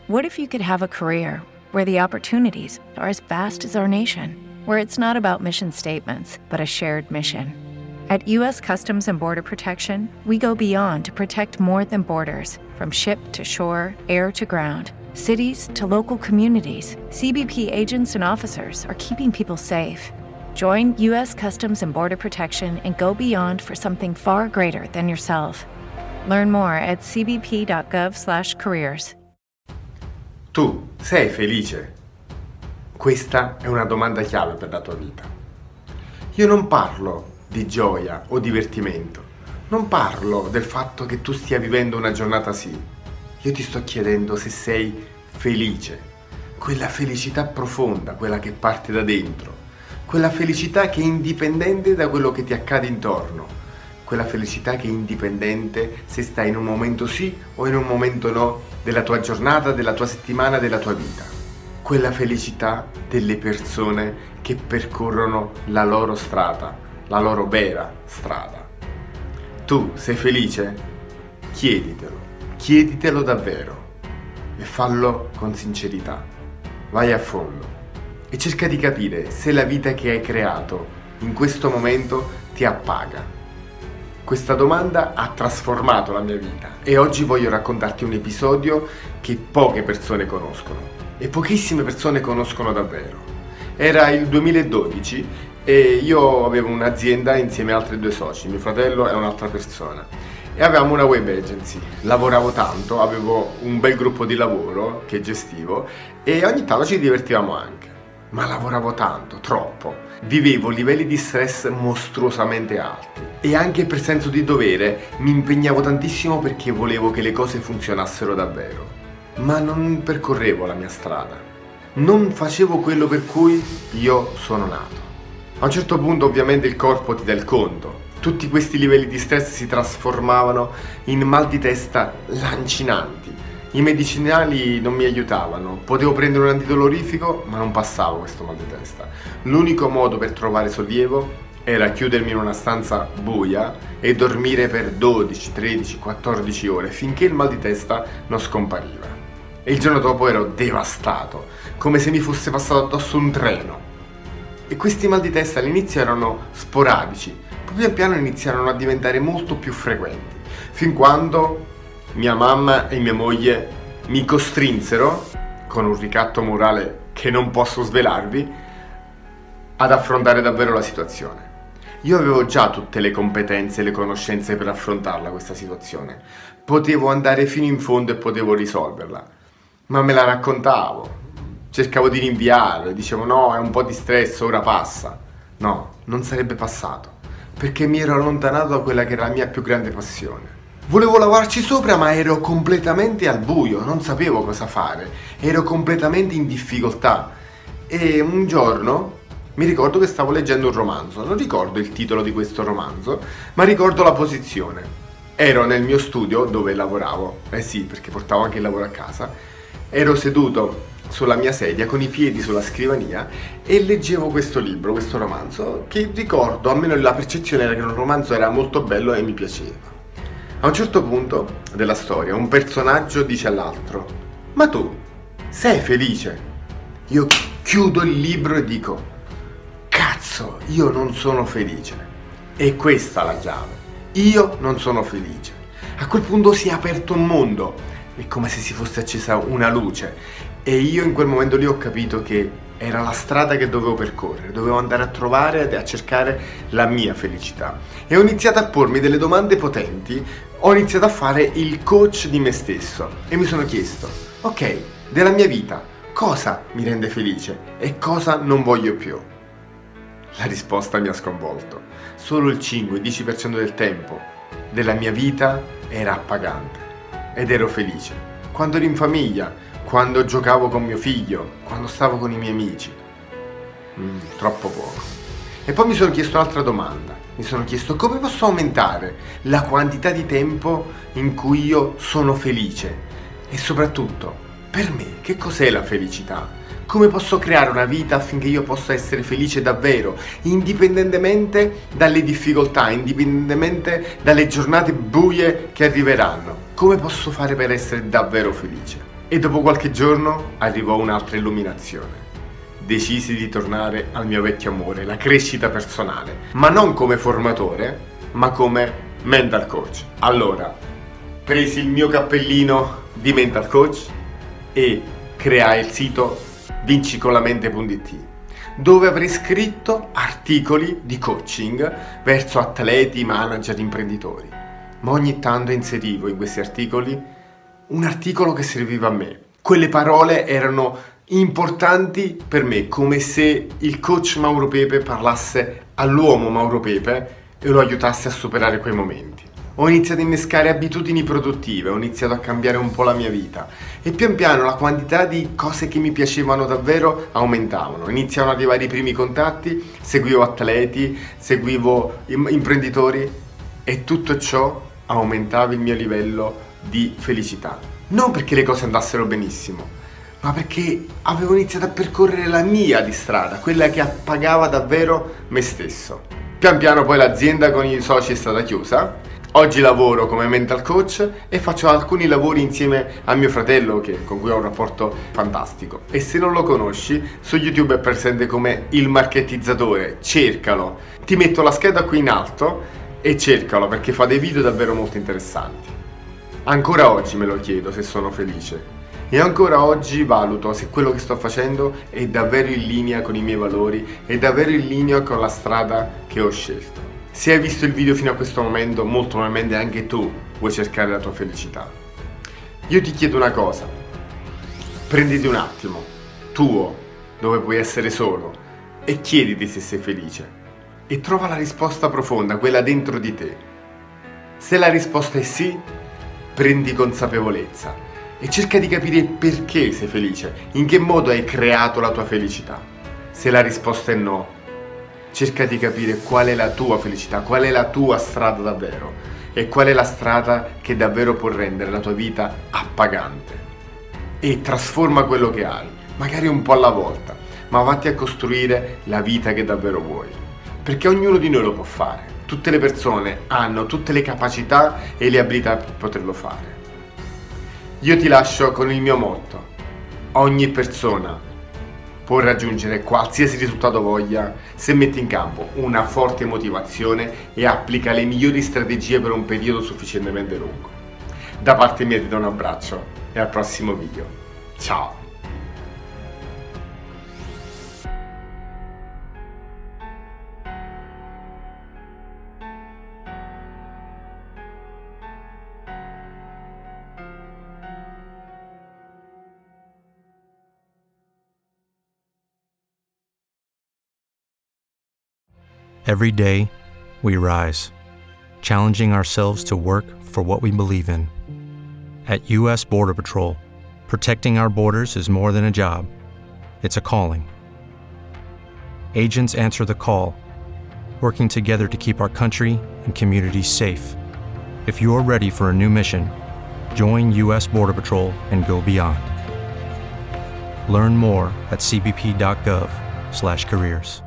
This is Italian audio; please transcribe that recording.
What if you could have a career where the opportunities are as vast as our nation, where it's not about mission statements, but a shared mission? At U.S. Customs and Border Protection, we go beyond to protect more than borders, from ship to shore, air to ground, cities to local communities. CBP agents and officers are keeping people safe. Join U.S. Customs and Border Protection and go beyond for something far greater than yourself. Learn more at cbp.gov/careers. Tu sei felice? Questa è una domanda chiave per la tua vita. Io non parlo di gioia o divertimento, non parlo del fatto che tu stia vivendo una giornata sì. Io ti sto chiedendo se sei felice, quella felicità profonda, quella che parte da dentro, quella felicità che è indipendente da quello che ti accade intorno, quella felicità che è indipendente se stai in un momento sì o in un momento no della tua giornata, della tua settimana, della tua vita. Quella felicità delle persone che percorrono la loro strada, la loro vera strada. Tu sei felice? Chieditelo davvero e fallo con sincerità. Vai a fondo e cerca di capire se la vita che hai creato in questo momento ti appaga. Questa domanda ha trasformato la mia vita e oggi voglio raccontarti un episodio che poche persone conoscono e pochissime persone conoscono davvero. Era il 2012 e io avevo un'azienda insieme a altri due soci, mio fratello e un'altra persona, e avevamo una web agency. Lavoravo tanto, avevo un bel gruppo di lavoro che gestivo e ogni tanto ci divertivamo anche, ma lavoravo tanto, troppo. Vivevo livelli di stress mostruosamente alti e anche per senso di dovere mi impegnavo tantissimo perché volevo che le cose funzionassero davvero, ma non percorrevo la mia strada, non facevo quello per cui io sono nato. A un certo punto ovviamente il corpo ti dà il conto, tutti questi livelli di stress si trasformavano in mal di testa lancinanti. I medicinali non mi aiutavano, potevo prendere un antidolorifico ma non passavo questo mal di testa. L'unico modo per trovare sollievo era chiudermi in una stanza buia e dormire per 12, 13, 14 ore finché il mal di testa non scompariva. E il giorno dopo ero devastato, come se mi fosse passato addosso un treno. E questi mal di testa all'inizio erano sporadici, poi pian piano iniziarono a diventare molto più frequenti, fin quando mia mamma e mia moglie mi costrinsero, con un ricatto morale che non posso svelarvi, ad affrontare davvero la situazione. Io avevo già tutte le competenze e le conoscenze per affrontarla questa situazione. Potevo andare fino in fondo e potevo risolverla, ma me la raccontavo, cercavo di rinviare, dicevo no, è un po' di stress, ora passa. No, non sarebbe passato, perché mi ero allontanato da quella che era la mia più grande passione. Volevo lavorarci sopra ma ero completamente al buio, non sapevo cosa fare, ero completamente in difficoltà e un giorno mi ricordo che stavo leggendo un romanzo, non ricordo il titolo di questo romanzo, ma ricordo la posizione. Ero nel mio studio dove lavoravo, sì perché portavo anche il lavoro a casa, ero seduto sulla mia sedia con i piedi sulla scrivania e leggevo questo libro, questo romanzo, che ricordo, almeno la percezione era che il romanzo era molto bello e mi piaceva. A un certo punto della storia un personaggio dice all'altro: ma tu sei felice? Io chiudo il libro e dico: cazzo, io non sono felice. E questa è la chiave, io non sono felice. A quel punto si è aperto un mondo, è come se si fosse accesa una luce e io in quel momento lì ho capito che era la strada che dovevo percorrere, dovevo andare a trovare e a cercare la mia felicità. E ho iniziato a pormi delle domande potenti, ho iniziato a fare il coach di me stesso e mi sono chiesto: ok, della mia vita, cosa mi rende felice e cosa non voglio più? La risposta mi ha sconvolto. Solo il 5-10% del tempo della mia vita era appagante ed ero felice. Quando ero in famiglia, quando giocavo con mio figlio, quando stavo con i miei amici. Troppo poco. E poi mi sono chiesto un'altra domanda. Mi sono chiesto: come posso aumentare la quantità di tempo in cui io sono felice? E soprattutto, per me, che cos'è la felicità? Come posso creare una vita affinché io possa essere felice davvero, indipendentemente dalle difficoltà, indipendentemente dalle giornate buie che arriveranno? Come posso fare per essere davvero felice? E dopo qualche giorno arrivò un'altra illuminazione. Decisi di tornare al mio vecchio amore, la crescita personale, ma non come formatore, ma come mental coach. Allora, presi il mio cappellino di mental coach e creai il sito vincicolamente.it, dove avrei scritto articoli di coaching verso atleti, manager, imprenditori. Ma ogni tanto inserivo in questi articoli un articolo che serviva a me. Quelle parole erano importanti per me, come se il coach Mauro Pepe parlasse all'uomo Mauro Pepe e lo aiutasse a superare quei momenti. Ho iniziato a innescare abitudini produttive, ho iniziato a cambiare un po' la mia vita e pian piano la quantità di cose che mi piacevano davvero aumentavano. Iniziavano ad arrivare i primi contatti, seguivo atleti, seguivo imprenditori e tutto ciò aumentava il mio livello di felicità. Non perché le cose andassero benissimo, ma perché avevo iniziato a percorrere la mia di strada, quella che appagava davvero me stesso. Pian piano poi l'azienda con i soci è stata chiusa. Oggi lavoro come mental coach e faccio alcuni lavori insieme a mio fratello con cui ho un rapporto fantastico. E se non lo conosci, su YouTube è presente come Il Marketizzatore, cercalo. Ti metto la scheda qui in alto e cercalo perché fa dei video davvero molto interessanti. Ancora oggi me lo chiedo se sono felice. E ancora oggi valuto se quello che sto facendo è davvero in linea con i miei valori, è davvero in linea con la strada che ho scelto. Se hai visto il video fino a questo momento, molto probabilmente anche tu vuoi cercare la tua felicità. Io ti chiedo una cosa, prenditi un attimo, tuo, dove puoi essere solo, e chiediti se sei felice. E trova la risposta profonda, quella dentro di te. Se la risposta è sì, prendi consapevolezza e cerca di capire perché sei felice, in che modo hai creato la tua felicità. Se la risposta è no, cerca di capire qual è la tua felicità, qual è la tua strada davvero e qual è la strada che davvero può rendere la tua vita appagante. E trasforma quello che hai, magari un po' alla volta, ma vatti a costruire la vita che davvero vuoi. Perché ognuno di noi lo può fare. Tutte le persone hanno tutte le capacità e le abilità per poterlo fare. Io ti lascio con il mio motto: ogni persona può raggiungere qualsiasi risultato voglia se mette in campo una forte motivazione e applica le migliori strategie per un periodo sufficientemente lungo. Da parte mia ti do un abbraccio e al prossimo video. Ciao! Every day, we rise, challenging ourselves to work for what we believe in. At U.S. Border Patrol, protecting our borders is more than a job, it's a calling. Agents answer the call, working together to keep our country and communities safe. If you're ready for a new mission, join U.S. Border Patrol and go beyond. Learn more at cbp.gov/careers.